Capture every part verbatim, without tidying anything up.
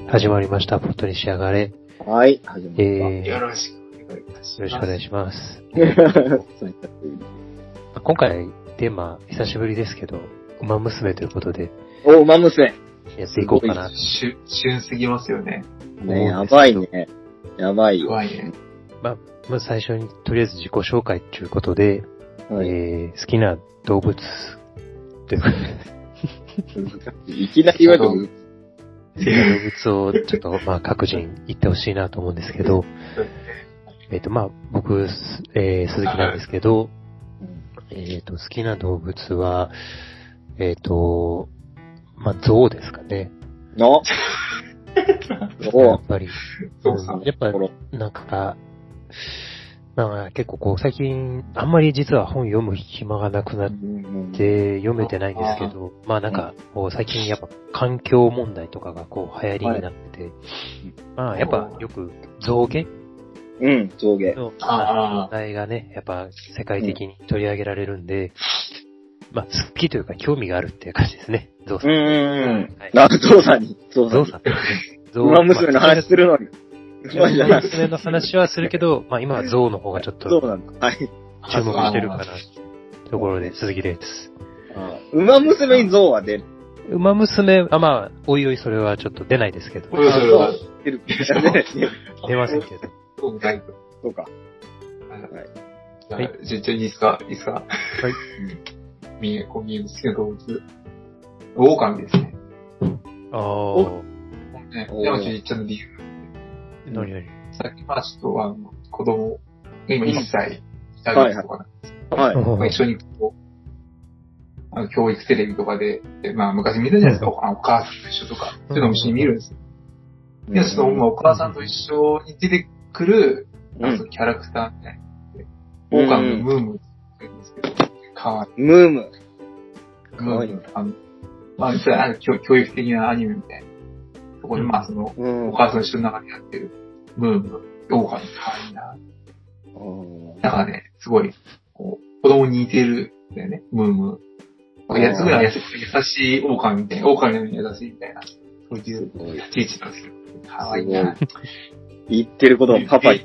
始まりました。ポットに仕上がれ。 はい、始まりました。 えー、 よろしくお願いいたします。 よろしくお願いします。 そういった風に今回、テーマ、久しぶりですけど、ウマ娘ということで、 お、ウマ娘。 やっていこうかなと。 旬、旬すぎますよね。 ね、やばいね。やばいよ。 やばいね。 まあ、まず最初に、とりあえず自己紹介ということで、 はい、 えー、好きな動物、ということで。 いきなり言われても、 好きな動物をちょっと、まあ、各人言ってほしいなと思うんですけど、えっと、まあ、僕、えー、鈴木なんですけど、えっと、好きな動物は、えっと、まあ、象ですかね。 のやっぱり、 象さん。 やっぱ、なんか、まあ、結構こう、最近、あんまり実は本読む暇がなくなって読めてないんですけど、まあなんか、こう、最近やっぱ環境問題とかがこう、流行りになってて、まあ、やっぱよく、象牙うん、象牙。 の問題がね、やっぱ世界的に取り上げられるんで、まあ、好きというか興味があるっていう感じですね、象さん。 うんうんうん。な、象さんに。象さん。 象さん。 ウマ娘の話するのに。 ウマ娘の話はするけど、まあ今は象の方がちょっと、 そうなんだ。はい。 注目してるかな、ところで、鈴木です。 ウマ娘に象は出る。 ウマ娘、あ、まあ、おいおいそれはちょっと出ないですけど。 おいおいそれは出る。 出ませんけど。 そうないと。 そうか。 はい。じゃあ、じゃあいいですかいいですかはい。 みえ、こみえの好きな動物。狼ですね。 ああ。 ね、山地一ちゃんの理由。 何々 さっき、まあちょっと、あの、子供、今いっさい、下着とかなんですけど、 はい。 まあ、一緒にこう、あの、教育テレビとかで、でまあ昔見たじゃないですか、お母さんと一緒とか、そういうのも一緒に見るんですよ。で、その、まあ、お母さんと一緒に出てくる、 うん、 そのキャラクターね、オオカミのムームって言うんですけど、かわいい。 ムーム。 かわいい。あの、まあ、それあ教教育的なアニメみたいな。そこで、まあ、その、うん、お母さんと一緒の中でやってる、ムーム、オオカミかわいいな。だからね、すごい、こう、子供に似てるんだよね、ムーム。いや、すごい優しいオオカミみたいな、オオカミのように優しいみたいな、そういう立ち位置なんですけど、かわいいな。言ってることはパパ。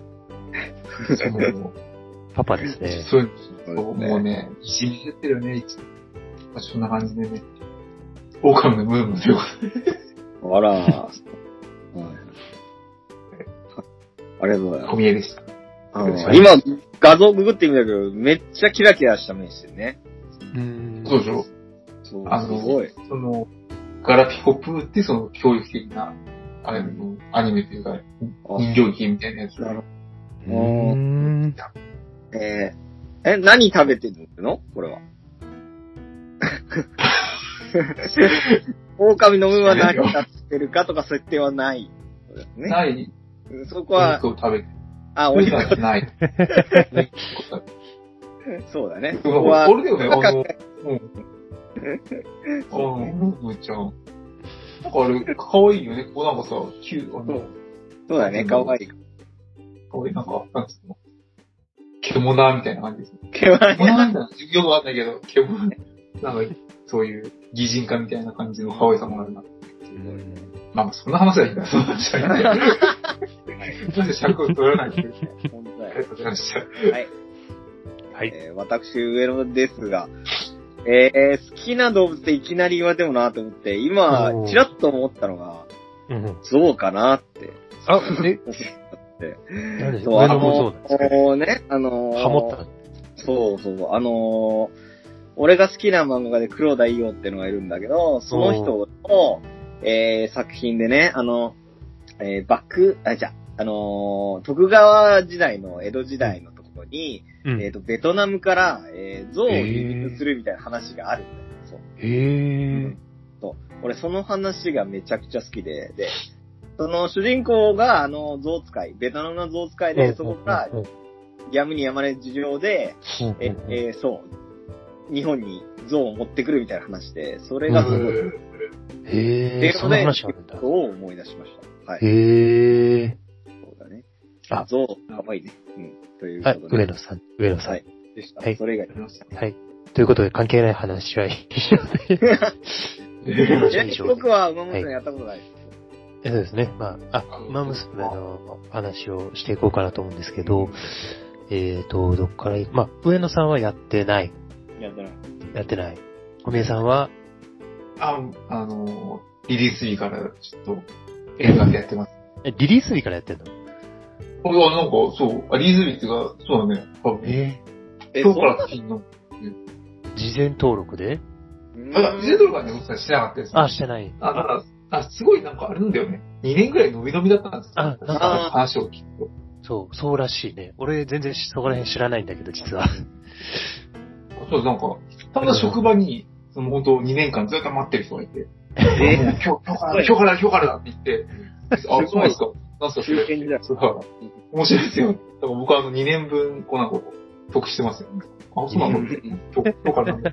パパですね。 そう、そうもうね、いじめてるよね、いつも。そんな感じでね。オオカミのムームということで。 あら。ありがとうございます。 小見えでした。 今、画像ググってみたけど、めっちゃキラキラした目してるね。 うん。そうでしょそう、あの、すごい。 その、ガラピコプーってその教育的な、あれの、アニメというか、人形劇みたいなやつ。なるほど。うん。えー、え、何食べてるのこれは。狼のムーは何を食べてるかとか設定はない。 ね、ない。 そこは。 お肉を食べてる。 あ、お肉はない。 そうだね。 ここは。これだよね、あの、うん。あの、ムーちゃん。なんかあれ、かわいいよね。こうなんかさ、キュー、あの、 そうだね、かわいい。 かわいい、なんか、なんつうの。獣みたいな感じですね。 獣みたいな。 よくわかんないけど、獣、なんか、そういう擬人化みたいな感じの可愛さもあるな。まあ、そんな話はいいんだ。そんな話はいいんだ。なんで尺を取らないで。本当だよ。ありがとうございました。 はい。 はい。 えー、私、上野ですが、えー、好きな動物っていきなり言われてもなと思って、今、ちらっと思ったのが、象かなって。 あ、えそう、あのー、ね、あのー、 ハモったそうそう、あのー、俺が好きな漫画で黒田伊代ってのがいるんだけど、その人の、えー、作品でね、あの、えー、バック、あ、じゃあのー、徳川時代の江戸時代のところに、うん、えっ、ー、と、ベトナムから、えー、象を輸入するみたいな話があるんだよ。そう。 へー。 うん、そう。俺その話がめちゃくちゃ好きで、で、その主人公があの象使い、ベトナムの象使いで、そこが、やむにやまれ事情で、え、えー、そう、日本に象を持ってくるみたいな話で、それがすごい。 へー。その話あるんだ。 を思い出しました。はい。 へー。 そうだね。あ、象、かわいいね。うん。ということで。はい、上野さん、上野さん。 はい。でした。はい。それ以外ありましたね。 はい。ということで、関係ない話は以上で。 僕は馬娘やったことないです。 そうですね。まあ、あ、馬娘の話をしていこうかなと思うんですけど、えーと、どっからい、まあ、上野さんはやってない。 やってない。 やってない。小宮さんはあ、あの、リリース日からちょっと映画でやってます。 え、リリース日からやってんの？ あ、なんか、そう、あリリース日っていうか、そうだね。多分ええ、 今日から金の。 事前登録で？ あ、事前登録はね、僕はしてなかったです、ね。 あ、してない。 あ、だから、あ、すごいなんかあれなんだよね。にねんぐらい伸び伸びだったんですよ。 あ、なんか話を聞くと。 そう、そうらしいね。俺全然そこら辺知らないんだけど、実は。 そう、なんか、たまた職場に、その本当にねんかんずっと待ってる人がいて、 えー、 今日、今日から、今日から、今日からだって言って、あ、そうなんですか。なんすか、それ。そうだから、面白いですよ。だから僕はあのにねんぶん、こうなんか、得してますよね。あ、そうなの？今日、今日からなんだ。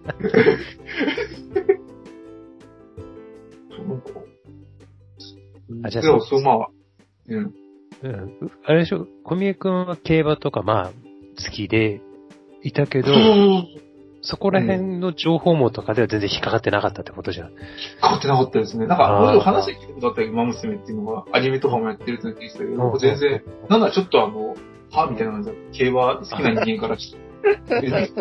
そう、なんか。 あ、じゃあそう、そう、まあ、うん。 うん。あれでしょ、小宮くんは競馬とかまあ、好きでいたけど、そこら辺の情報網とかでは全然引っかかってなかったってことじゃん。引っかかってなかったですね。なんか、俺話聞いたことあったけど、馬娘っていうのが、アニメとかもやってるって聞いてたけど、全然、なんならちょっとあの、はみたいな感じだった。競馬好きな人間からして。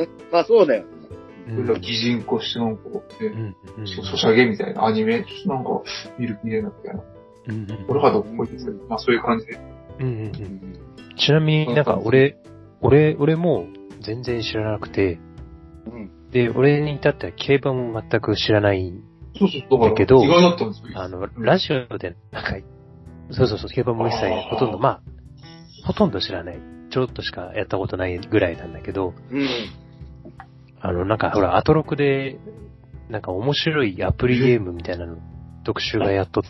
まあそうだよ。 それが擬人化してなんか、ね、 うんうん、 ソシャゲみたいなアニメ、なんか、見る気ねえな、みたいな。うんうん、俺はどっこいですけど、まあそういう感じで。 うんうんうん、ちなみになんか俺、俺、俺も全然知らなくて、うん、で、俺に至っては競馬も全く知らないんだけど、 意外だったんですよ。 あの、ラジオでなんか、そうそうそう、競馬も一切ほとんど、まあ、ほとんど知らない。ちょろっとしかやったことないぐらいなんだけど、うん、あの、なんかほら、アトロクで、なんか面白いアプリゲームみたいなの、特集がやっとって、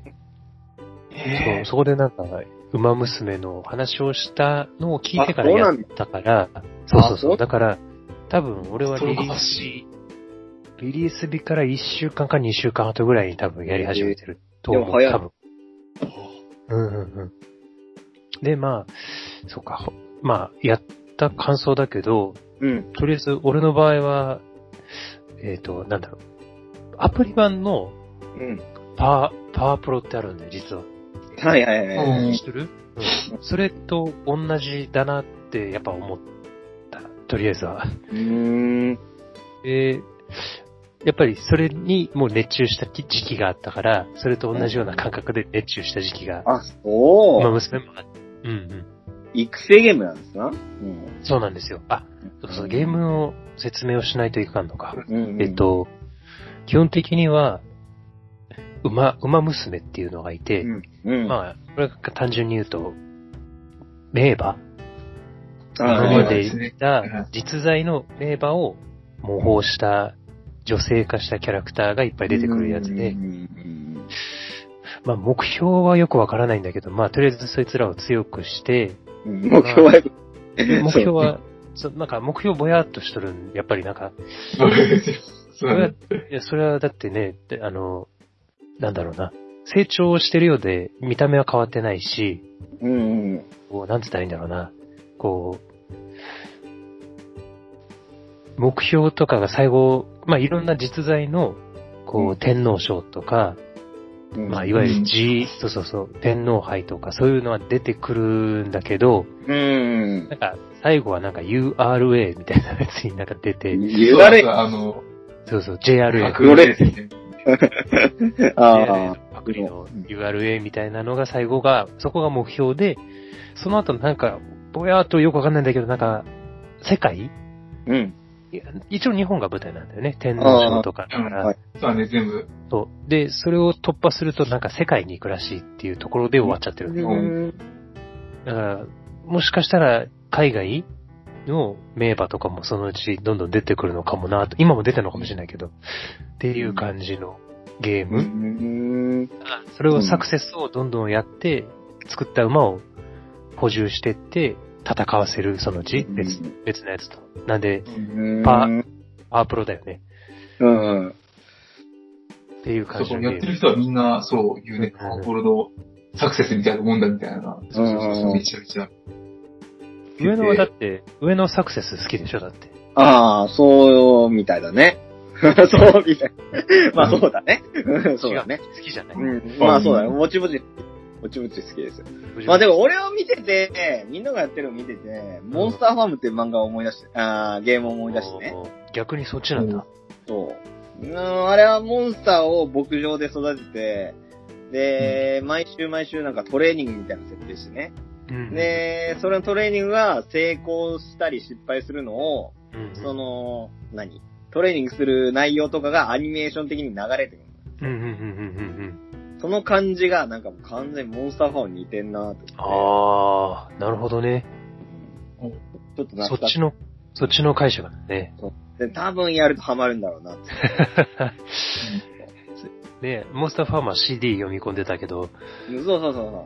そう、そこでなんか、馬娘の話をしたのを聞いてからやったから、そうそうそう。だから、多分俺はリリース日、リリース日からいっしゅうかんかにしゅうかん後ぐらいに多分やり始めてると思う。多分。うんうんうん。で、まあ、そうか。まあ、やった感想だけど、うん、とりあえず俺の場合は、えっと、なんだろう。アプリ版の、パワー、パワープロってあるんだよ、実は。 はいはいはい。 知ってる？うん。それと同じだなってやっぱ思った。とりあえずは。うーん。えー、やっぱりそれにもう熱中した時期があったから、それと同じような感覚で熱中した時期が。 あ、そう。 まあ娘もあって。うんうん。 育成ゲームなんですか？うん。 そうなんですよ。あ、そうそう、ゲームの説明をしないといかんのか。うんうん、えっと、基本的には、馬、馬娘っていうのがいて、うんうん、まあ、これが単純に言うと、名馬今までいた実在の名馬を模倣した女性化したキャラクターがいっぱい出てくるやつで、まあ目標はよくわからないんだけど、まあとりあえずそいつらを強くして、 目標は、 目標は、そなんか目標ぼやっとしとるん、やっぱりなんか、それは、いや、それはだってね、あの、なんだろうな。成長してるようで、見た目は変わってないし、うんうん、こう、なんつったらいいんだろうな。こう、目標とかが最後、まあ、いろんな実在の、こう、うん、天皇賞とか、うん、まあ、いわゆる G、うん、そうそうそう、天皇杯とか、そういうのは出てくるんだけど、うん、なんか、最後はなんか ユーアールエー みたいなやつになんか出て、 ユーアールエー? あの、 そうそう、ジェイアールエー。 アクロレですね。 ああ。パクリの ユーアールエー みたいなのが最後が、そこが目標で、その後なんか、ぼやーっとよくわかんないんだけど、なんか、世界うん。一応日本が舞台なんだよね。天皇賞とかだから。はい。 そうね、全部。 そう。で、それを突破するとなんか世界に行くらしいっていうところで終わっちゃってる。うん。だから、もしかしたら海外の名馬とかもそのうちどんどん出てくるのかもなと。今も出てるのかもしれないけど。っていう感じのゲーム。うん、それをサクセスをどんどんやって、作った馬を補充してって、戦わせるそのうち別、別のやつと。なんで、パー、パープロだよね。うん。っていう感じのゲーム。そう、やってる人はみんなそういうね、パープロのサクセスみたいなもんだみたいな。そうそうそう、めちゃめちゃ。 上野はだって、上野サクセス好きでしょだって。 ああ、そうみたいだね。 そう、みたいな。まあそうだね。そうだね。 好きじゃない。 うん。まあそうだね。ぼちぼち、ぼちぼち好きですよ。まあでも俺を見てて、みんながやってるのを見てて、モンスターファームっていう漫画を思い出して、あーゲームを思い出してね。 逆にそっちなんだ。 そう。うん、あれはモンスターを牧場で育てて、で、うん、毎週毎週なんかトレーニングみたいな設定してね。うん、で、それのトレーニングが成功したり失敗するのを、うん、その、何トレーニングする内容とかがアニメーション的に流れてくる。うんうんうんうんうん、その感じがなんかもう完全にモンスターファームに似てんなぁと。 あー、なるほどね。 うん、ちょっとそっちの、そっちの解釈だね。 で多分やるとハマるんだろうなって。 ね、モンスターファーマー シーディー 読み込んでたけど。 そうそうそうそう。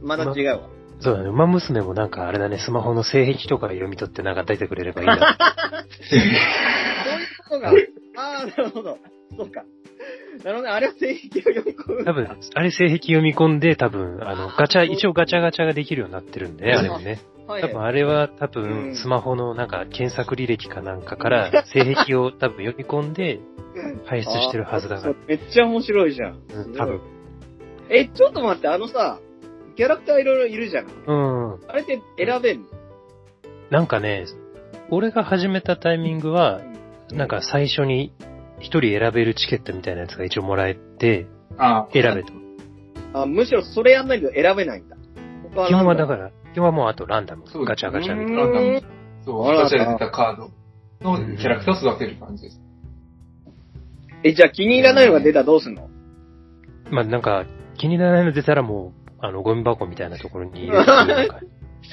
まだ違うわ。 そうだね。馬娘もなんかあれだね、スマホの性癖とか読み取ってなんか出てくれればいいんだ。 そういうことが。ああ、なるほど。そうか。なるほどね。あれは性癖を読み込む。 多分、あれ性癖読み込んで多分、あの、ガチャ、一応ガチャガチャができるようになってるんで、あれもね。多分あれは多分、スマホのなんか検索履歴かなんかから性癖を多分読み込んで、排出してるはずだから。 めっちゃ面白いじゃん。 うん、多分。 え、ちょっと待って、あのさ、キャラクターいろいろいるじゃん。 うん。 あれって選べるの？ なんかね、俺が始めたタイミングは、なんか最初に一人選べるチケットみたいなやつが一応もらえて、ああ選べと。 あ、むしろそれやんないと選べないんだ。 基本はだから、基本はもうあとランダム。ガチャガチャみたいな。 ランダム。そう、ガチャで出たカードのキャラクターを育てる感じです。 え、じゃあ気に入らないのが出たらどうすんの？ まあなんか、気に入らないの出たらもう、あの、ゴミ箱みたいなところに入れるっていうか。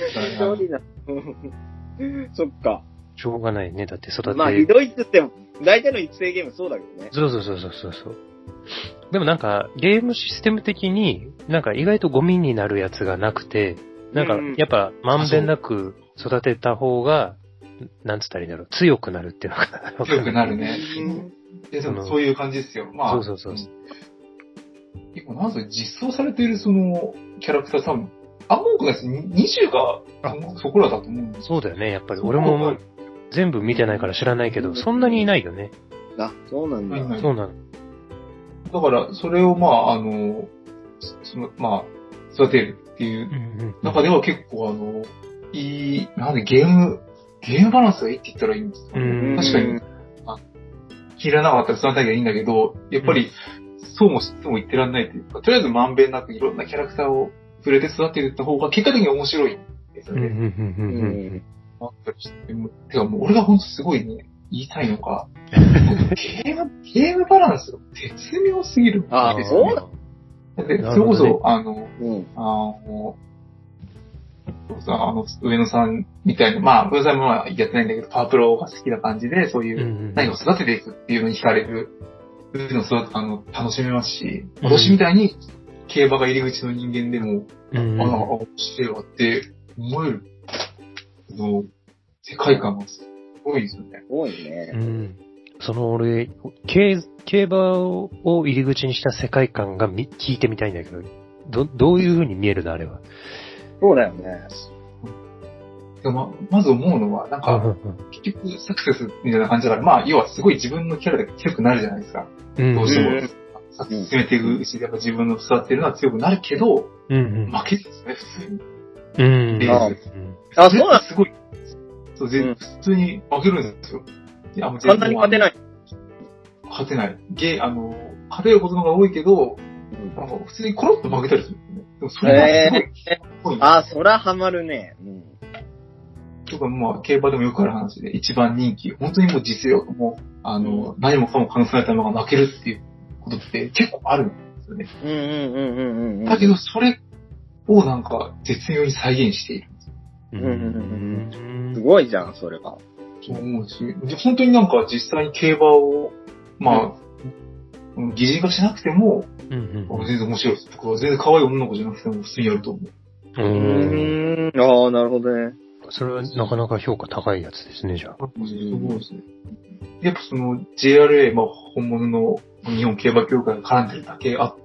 そっか。 しょうがないね。だって育て。 まあ、ひどいっつっても、大体の育成ゲームそうだけどね。 そうそうそうそうそう。でもなんか、ゲームシステム的に、なんか意外とゴミになるやつがなくて、なんか、やっぱ、まんべんなく育てた方が、なんつったらいいんだろう、強くなるっていうのかな。 強くなるね。でもそういう感じですよ。まあ。 そうそうそう。 結構なんせ実装されているその、キャラクターさん、あんま多くないです。にじゅうが、そこらだと思うんです。 そうだよね。やっぱり俺も全部見てないから知らないけど、そんなにいないよね。 あ、そうなんだ。 そうなの。 だから、それをまあ、あの、その、まあ、育てるっていう中では結構あの、いい、なんでゲーム、ゲームバランスがいいって言ったらいいんですかね。確かに、あ切らなかったら育てなきゃいいんだけど、やっぱり、そうもそうも言ってらんないというか、とりあえずまんべんなくいろんなキャラクターを触れて育てるって方が結果的に面白いんですよね。うんうんうんうん。あったりして、てかもう俺がほんとすごいね、言いたいのが、ゲーム、ゲームバランスが絶妙すぎるんですよ。 ああ、そうだ。 で、それこそ、あの、うん、あの、あの、上野さんみたいな、まあ、上野さんもやってないんだけど、パワープロが好きな感じで、そういう何を育てていくっていうのに惹かれる、そういうのを育て、あの、楽しめますし、私みたいに競馬が入り口の人間でも、うん、ああ、面白いわって思える、の、世界観がすごいですよね。 すごいね。 うん。その俺、競、競馬を入り口にした世界観がみ聞いてみたいんだけど、ど、どういう風に見えるのあれは。 そうだよね。 でもま、まず思うのは、なんか、結局サクセスみたいな感じだから、まあ、要はすごい自分のキャラが強くなるじゃないですか。うん、どうしても。うん、進めていくうちで、やっぱ自分の育ってるのは強くなるけど、うんうん、負けるんですね、普通に。 うん。 あ、あ、そうなんすごい。そう、全、うん、普通に負けるんですよ。 いや、もう簡単に勝てない。 勝てない。ゲー、あの、勝てることの方が多いけど、うん、あの普通にコロッと負けたりするんですよね。でもそれがすごい。えー、あ、そらハマるね。うん。 とか、まあ、競馬でもよくある話で、一番人気、本当にもう実力も、あの、うん、何もかも兼ね備えたのが負けるっていうことって結構あるんですよね。 うんうんうんうんうん。 だけど、それをなんか、絶妙に再現しているんですよ。 うんうんうんうん。すごいじゃん、それは。 そう思うし、本当になんか実際に競馬を、まあ、うん、擬人化しなくても、うんうん、全然面白いです。僕は全然可愛い女の子じゃなくても普通にやると思う。 うーん。ああ、なるほどね。 それはなかなか評価高いやつですね、じゃあ。 すごいですね。やっぱその ジェイアールエー、まあ本物の日本競馬協会が絡んでるだけあって、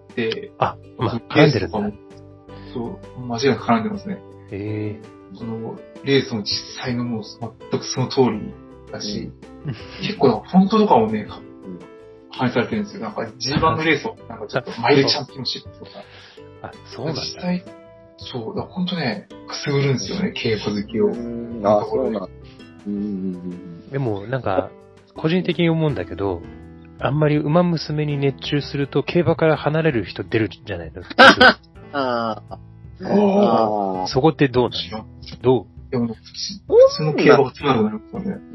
あ、まあ、絡んでるんだ。 そう、間違いなく絡んでますね。 へえ。 その、レースも実際のもう全くその通りだし、うん、結構本当とかもね、 反映されてるんですよ。なんか ジーワン のレースを、なんかちょっとマイルチャンピオンシップとか。 あ、そうなんだ。 実際、そう、だほんとね、くすぐるんですよね、競馬好きを。 あ、そうなんだ。うん。 でも、なんか、個人的に思うんだけど、あんまり馬娘に熱中すると競馬から離れる人出るんじゃないのああ。 ああ。そこってどうなの？どう？ でも普通の競馬がつまらなくなるんですよね。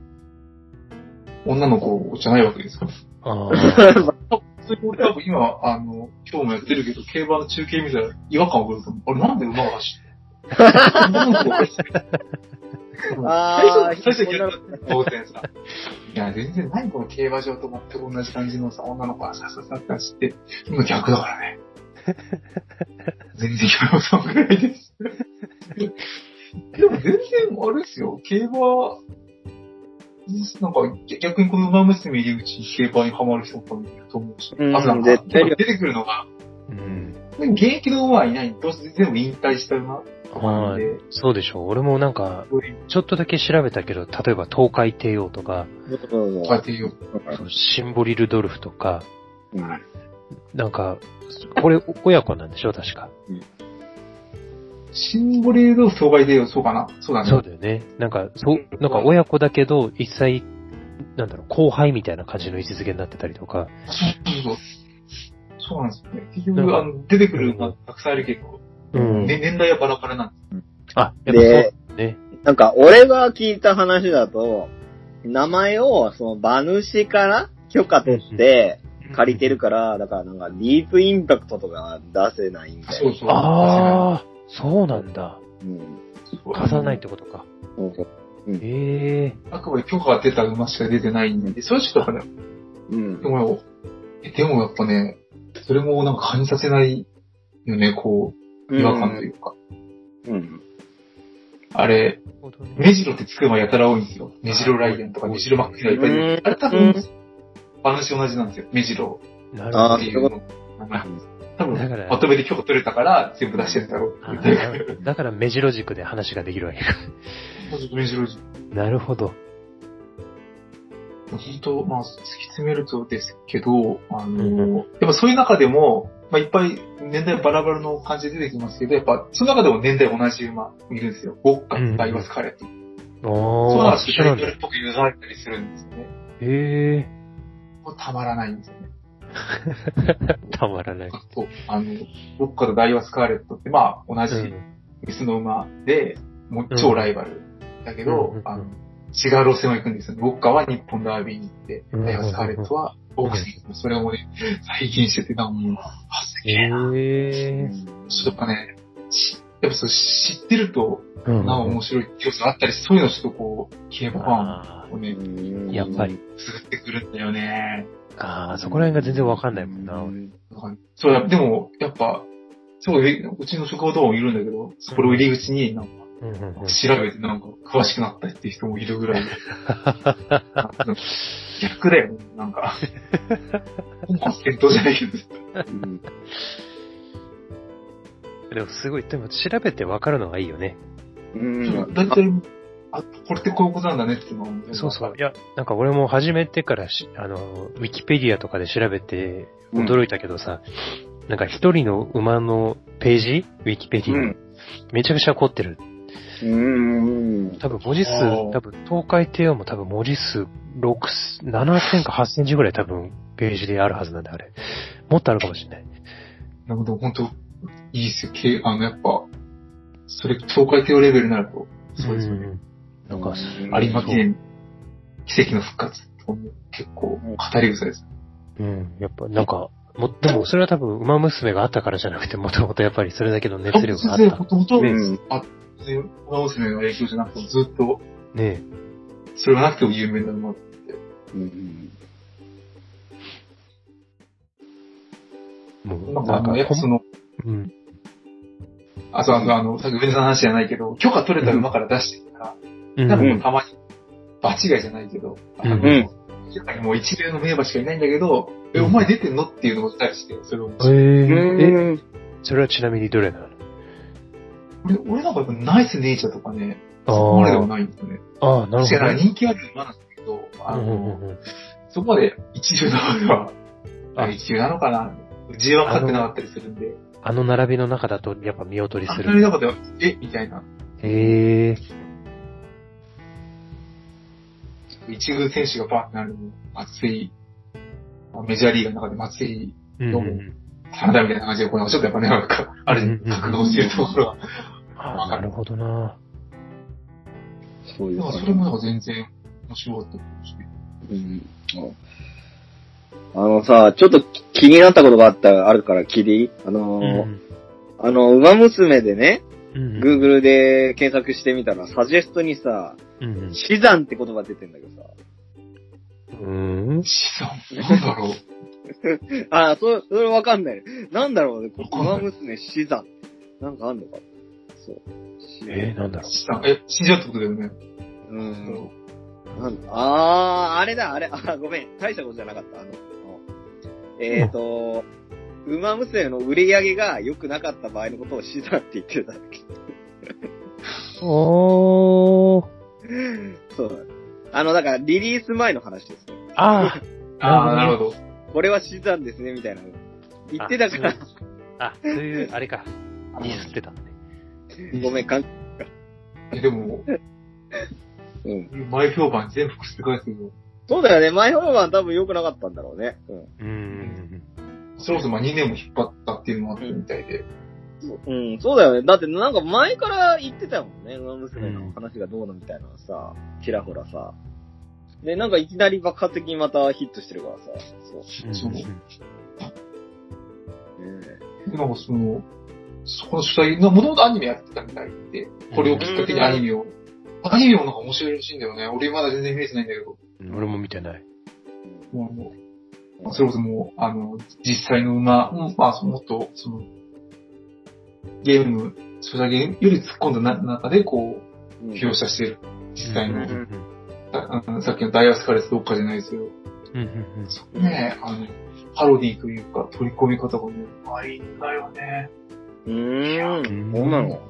女の子じゃないわけですから。 ああ。 普通に俺多分今、あの、今日もやってるけど、競馬の中継見たら違和感を覚えると思う。あれなんで馬が走って女の子が走ってああ、 最初、最初逆だった。当然さ。いや、全然何この競馬場と全く同じ感じのさ、女の子がさささって走って、今逆だからね。全然逆さんぐらいです。でも全然、あれですよ、競馬、なんか逆にこの馬娘入り口に競馬にハマる人もいると思うし、 うん、 あとなんか出てくるのが、 うん、 現役の馬はいない。どうせ全部引退した馬。 まあ、そうでしょう。俺もなんか、ちょっとだけ調べたけど、例えば東海帝王とか、 東海帝王シンボリルドルフとか、 うん、 なんか、これ親子なんでしょ確か。うん、 シンボリルドルフ、東海帝王、そうかなそうだね。 そうだよね。なんか、そう、なんか親子だけど、一切、なんだろう、後輩みたいな感じの位置づけになってたりとか。 そうそう。そうなんですよね。結局、あの、出てくる馬たくさんいるけど、うん、ね、年代はバラバラなんです。 あ、やっぱそうね。 なんか、俺が聞いた話だと、名前を、その、馬主から許可取って借りてるから、だからなんか、ディープインパクトとか出せないんで。 そうそう。 ああ、そうなんだ。 うん。 貸さないってことか。 そうそう。 うん、へえ。 あくまで許可が出た馬しか出てないんで、それしかね。 うん。 でも、でもやっぱね、それもなんか感じさせないよね、こう。違和感というか。 うん。うん、 あれ、メジロってつく馬やたら多いんですよ。メジロライデンとかメジロマックスがいっぱいいる。あれ多分、話同じなんですよ。メジロなるほど。 っていうの。多分、まとめて許可取れたから全部出してるんだろう。だからメジロ軸で話ができるわけか。 メジロ軸。 なるほど。 本当、まあ、突き詰めるとですけど、あの、うん、やっぱそういう中でも、まあ、いっぱい年代バラバラの感じで出てきますけど、やっぱ、その中でも年代同じ馬いるんですよ。ウォッカ、ダイワスカレット。 おー。 そうなんですよ。タイトルっぽくユーザーれたりするんですよね。 へえ。 たまらないんですよね。 たまらない。 そう。あの、ウォッカとダイワスカーレットって、まあ、同じメスの馬で、もう超ライバル。だけど、うん、あの、違う路線を行くんですよね。ウォッカは日本ダービーに行って、ダイワスカーレットはボクシング。それをね、再現してて、なんかもう、あ、すげえな。 へー。ちょっとやっぱね、やっぱそう知ってると、なんか面白い要素あったり、そういうのちょっとこう、競馬ファンをね、 やっぱり。 作ってくるんだよね。 ああ、そこら辺が全然わかんないもんな。 そう、でも、やっぱ、そう、うちの職場とかもいるんだけど、それを入り口になんか、調べてなんか詳しくなったっていう人もいるぐらい。逆だよね、なんか。本末転倒じゃないけど。 でもすごい、でも調べてわかるのがいいよね。 うん。だいたい、あ、これってこういうことなんだねっていうのは。 そうそう。いや、なんか俺も始めてからし、あの、ウィキペディアとかで調べて驚いたけどさ、うん、なんか一人の馬のページウィキペディア、うん、めちゃくちゃ凝ってる。 うーん。 多分文字数、多分東海帝王も多分文字数ろく、ななせんかはっせんじぐらい多分ページであるはずなんで、あれ。もっとあるかもしれない。 なるほど、本当いいっすよ。あの、やっぱ、それ、東海帝王レベルになると、そうですよね。 なんか、 有馬記念、奇跡の復活とも結構語り草です。 うん、やっぱなんか、も、でもそれは多分馬娘があったからじゃなくて、もともとやっぱりそれだけの熱量があった。 もともと、あ、馬娘の影響じゃなくてずっと、 ねえ。 それがなくても有名な馬って。 うん。 もう、 なんか、あの、やっぱその、 うん。 あ、そう、あの、さっき上田さんの話じゃないけど、許可取れた馬から出してるから、うん、多分たまに、場違いじゃないけど、あの、うんもう一流の名馬しかいないんだけど、え、お前出てんのっていうのを伝えして、それを。 えー、え、それはちなみにどれなの？ 俺、俺なんかやっぱナイスネイチャーとかね、そこまでではないんですよね。 ああ、なるほど。 確かに人気ある馬なんだけど、あの、うんうんうん、 そこまで一流のは、あ、一流なのかな。字は勝ってなかったりするんで。 あの並びの中だとやっぱ見劣りする。 あの並びの中では、えみたいな。 へえ。 一軍選手がバーってなるのも、松井、メジャーリーガーの中で松井のも、真田みたいな感じで、これちょっとやっぱね、なんか、ある覚悟してるところは。 ああ、なるほどな。 そういう。 それもなんか全然面白かったし。 うん。あのさ、ちょっと気になったことがあった、あるから聞いていい？あのー、うん、あの、馬娘でね、うん、Google で検索してみたら、サジェストにさ、うん、死産って言葉出てんだけどさ。 うーん死産なんだろうああ、そ、それわかんない。なんだろうね、馬娘死産。なんかあんのか。そう。 えー、なんだろう。 死産。え、死んじゃうってことだよね。 うん。なんだあー、あれだ、あれ、あ、ごめん。大したことじゃなかった。あの、えっ、ー、と、馬娘の売り上げが良くなかった場合のことを死産って言ってたんだけど。 おー。 そうだ。あの、だから、リリース前の話ですね。 ああ。ああ、なるほど。 これは死産ですね、みたいな。言ってたから。 あ、そういう、あれか。ディスってたんで。 ごめん、かん、 え、でも、うん。前評判全部覆するよ。 そうだよね。前評判多分良くなかったんだろうね。うん。うーん。 そろそろまあにねんも引っ張ったっていうのもあったみたいで。 うん、うん、そうだよね。だってなんか前から言ってたもんね。馬娘の話がどうのみたいなのさ、ちらほらさ。で、なんかいきなり爆発的にまたヒットしてるからさ。そう。そう。ねえ。なんかその、そこの主体の、もともとアニメやってたみたいで、これをきっかけにアニメを、アニメもなんか面白いらしいんだよね。俺まだ全然見れてないんだけど。 俺も見てない。 もう、それこそもう、あの、実際の馬、まあ、もっと、その、ゲーム、ソシャゲより突っ込んだ中で、こう、描写してる。実際の、うん、さっきのダイヤスカレスどっかじゃないですよ。 うんうんうん、そうね、あの、パロディというか、取り込み方がね、うまいんだよね。 うーん、そうなの？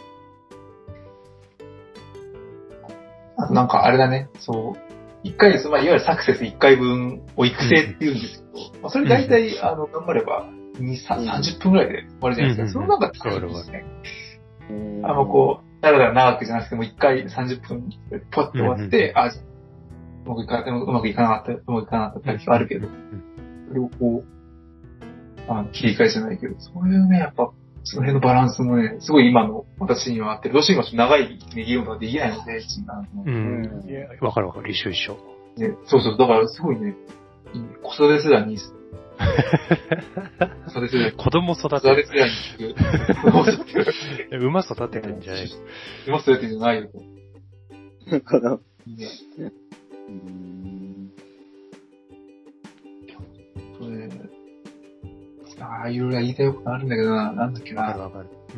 あとなんかあれだね、そう、一回です、まあ、いわゆるサクセス一回分を育成って言うんですけど、うん、まあ、それ大体、あの、頑張れば、に、さんじゅっぷんくらいで終わるじゃないですか。うんうんうん、そのなんか使うんですね。あの、こう、だらだら長くじゃなくても一回さんじゅっぷん、ポッと終わって、うんうん、あ、うまくいか、うまくいかなかった、うまくいかなかった時があるけど、それをこう、あの切り替えじゃないけど、そういうね、やっぱ、その辺のバランスもね、すごい今の私にはあって、どうしても長い議論ができないので、 うん。いや、わかるわかる、一緒一緒。 ね、そうそう、だからすごいね、子育て世代に、子育て世代子供育てる。 子育て世代に子供育てる。 馬育てるんじゃない馬育てるんじゃないよ。 かな。 いいね。うーん。それ、ああ、いろいろ言いたいことあるんだけどな、なんだっけな。 わかるわかる。うん。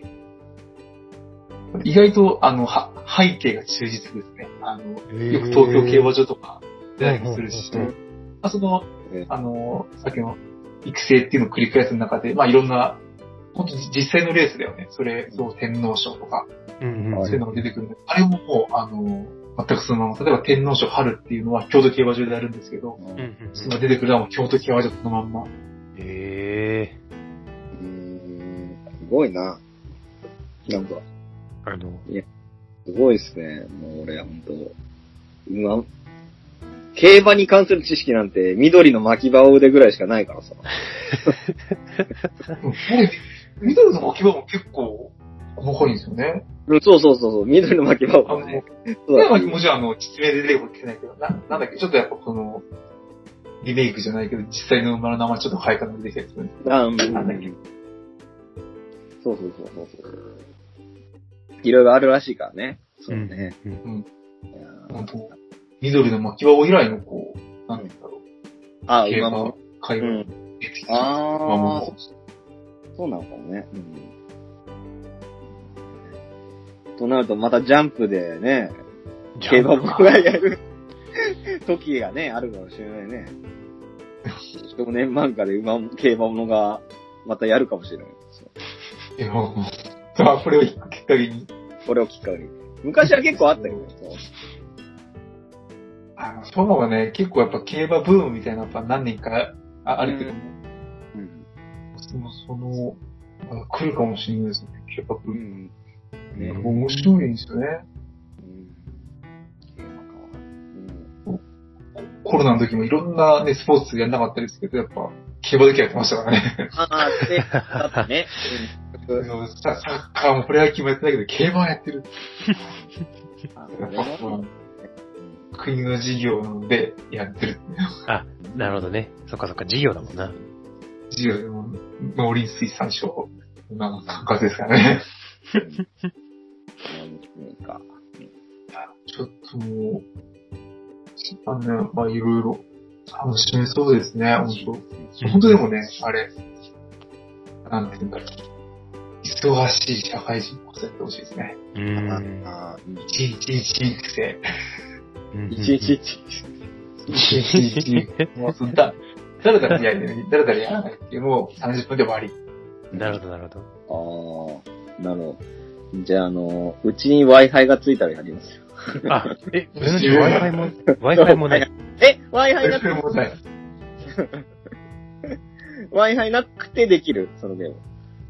意外と、あの、は、背景が忠実ですね。あの、よく東京競馬場とか出たりもするし、あその、あの、さっきの育成っていうのを繰り返す中で、まあいろんな、本当に実際のレースだよね。それ、そう、天皇賞とか、うんうん、そういうのが出てくるんで、あれももう、あの、全くそのまま、例えば天皇賞春っていうのは京都競馬場でやるんですけど、うんうん、その出てくるのはもう京都競馬場そのまんま。 へえー。うーん、すごいな。なんか。 あの、 いや、すごいですね。もう俺、ほんと、今、競馬に関する知識なんて、緑の巻き場腕ぐらいしかないからさ。 緑の巻き場も結構、細かいんですよね。 そうそうそうそう、緑の巻き場もね。 そうだ。もちろんあの、実名で出てこないけど、な、なんだっけ、ちょっとやっぱこの、リメイクじゃないけど、実際の馬の名前ちょっと変えたのが出てきたりするんですけど。 あ、うん。なんだっけ。そうそうそうそうそう。いろいろあるらしいからね。そうね。うん。うん。 本当緑の巻き場以来のこう、なんだろう。 あ、馬も。 会話に出てきた。ああ。そうなのかもね。うん。となると、またジャンプでね、競馬僕がやる時がね、あるかもしれないね。少年漫画で馬、競馬ものが、またやるかもしれない。 いや、もう、あ、これをきっかけに。 これをきっかけに。昔は結構あったよね。 あの、そのはね、結構やっぱ競馬ブームみたいなやっぱ何年かああるけども、うん、その、その、来るかもしれないですね、競馬ブーム。うんね、面白いんですよね。うん、コロナの時もいろんなね、スポーツやんなかったですけど、やっぱ、競馬だけやってましたからね。ああ、で、だったね。サッカーもプロ野球もやってないけど、競馬はやってる。国の事業でやってる。 あ、なるほどね。そっかそっか、事業だもんな。 事業でも、農林水産省の管轄ですからね。ちょっともう、あのね、まあいろいろ楽しめそうですね、本当。本当でもね、あれ、なんていうんだろう。忙しい社会人こそやってほしいですね。うん。一日一育成。一日一一日一もうそんな、だらだらやる、だらだらやらないっていう、もうさんじゅっぷんで終わり。 なるほど、なるほど。ああ、なるほど。じゃあ、あの、うちに Wi-Fi がついたらやりますよ。 あ、え、うち Wi-Fi も、Wi-Fi もない。 え、Wi-Fi なくてもない。Wi-Fi なくてできる、そのゲーム。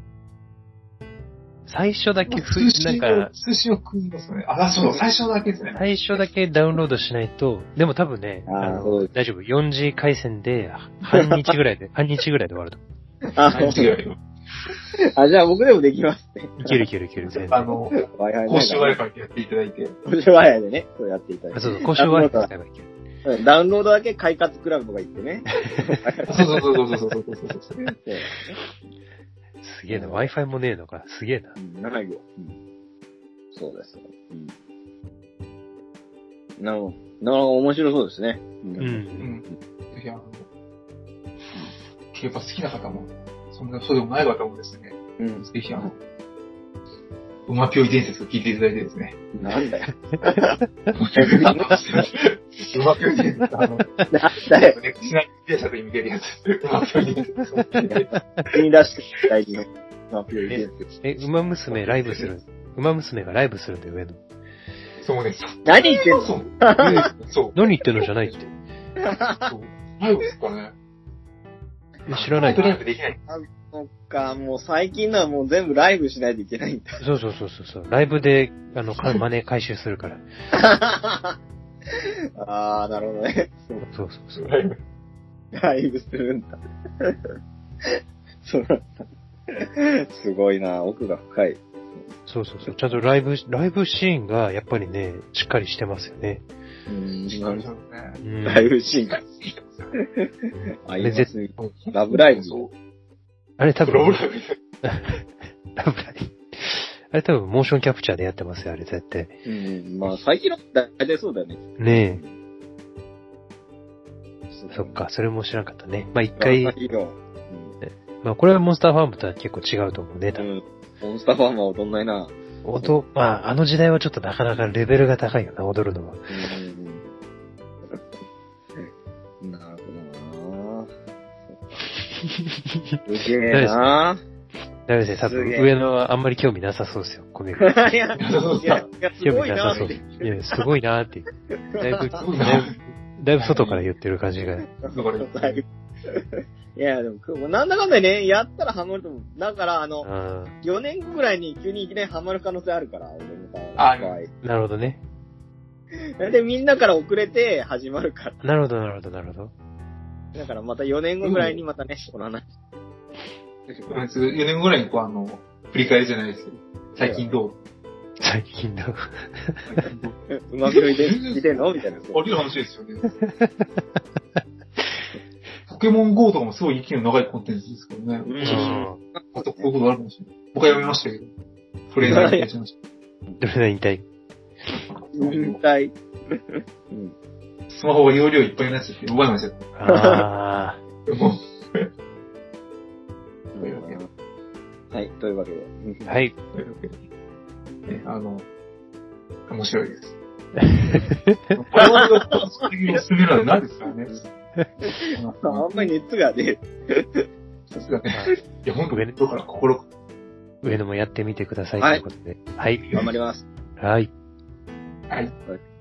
最初だけ、 ふ、なんか、通信を組みますね。あ、そう、最初だけですね。 最初だけダウンロードしないと、でも多分ね、あの、大丈夫。よんジー 回線で、半日ぐらいで、半日ぐらいで終わると。 あ、半日ぐらいで。あ、じゃあ僕でもできますね。 いけるいけるいける、全然。 あの、公衆 Wi-Fi でやっていただいて。 公衆 Wi-Fi でね、そうやっていただいて。 そうそう、公衆 Wi-Fi 使えばいける。 ダウンロードだけ快活クラブとか行ってね。 そうそうそうそうそうそうそうそう。 すげえな、Wi-Fi もねえのか、すげえな。 うん、長いよ。うん。そうです。うん。なるほど。なるほど、面白そうですね。 うん。うん。ぜひあの、競馬好きな方も、そんなそうでもない方もですね、うん。ぜひあの、馬ぴょい伝説を聞いていただいてですね。 なんだよ。 馬ぴょい伝説、あの、なんだよ。 歴史な記者に向けるやつ。馬ぴょい伝説。 気に出して大事の馬ぴょい伝説。 え、馬娘ライブする。馬娘がライブするんだよ、上野。 そうです。 何言ってんの？ そう。 何言ってんのじゃないって。 そう。ライブですかね。 知らない。 ライブできない。 そっか、もう最近のはもう全部ライブしないといけないんだ。 そうそうそうそう。ライブで、あの、マネー回収するから。 あー、なるほどね。 そうそうそう。 ライブ。 ライブするんだ。そうなんだ。すごいな、奥が深い。 そうそうそう。ちゃんとライブ、ライブシーンがやっぱりね、しっかりしてますよね。 うん、なるほどね。ライブシーンが。あ、いいですね。ラブライブ。 あれ多分、 ラブライブ。 ラブライブ。あれ多分、モーションキャプチャーでやってますよ、あれ絶対。 うん、まあ、最近の大体そうだよね。 ねえ。そっか、それも知らなかったね。まあ一回、うん、まあこれはモンスターファームとは結構違うと思うね、多分。うん、 モンスターファームは踊んないな。 踊、まあ、あの時代はちょっとなかなかレベルが高いよな、踊るのは。 うん、なるほどなぁ。すげえなぁ。 ダメですね、多分上野はあんまり興味なさそうですよ、コミック。 いや、いや、興味なさそう。 いや、すごいなーって。だいぶ、だいぶ、だいぶ外から言ってる感じが。いや、でも、なんだかんだね、やったらハマると思う。だから、あの、よねんごぐらいに急にいきなりハマる可能性あるから、俺の場合。 なるほどね。 で、みんなから遅れて始まるから。 なるほど、なるほど、なるほど。 だからまたよねんごぐらいにまたね、この話。 よねんごぐらいにこう、あの、振り返りじゃないですけど、最近どう最近どううまくいで見てんのみたいな。 ありの話ですよね。ポケモン ゴー とかもすごい息の長いコンテンツですけどね。うん。あとこういうことあるかもしれない。僕はやめましたけど。トレーナー引退しました。 トレーナー引退。 引退。 スマホが容量いっぱいになっちゃって動かないですよ。 ああ。もう。 はい、というわけで。 はい。 というわけで。ね、あの、面白いです。これはおすすめなの何ですかね。 あんまり熱が出る。 さすがね。いや、ほんと、上野から心。 上野もやってみてくださいということで。はい。 頑張ります。 はい。 はい。 はい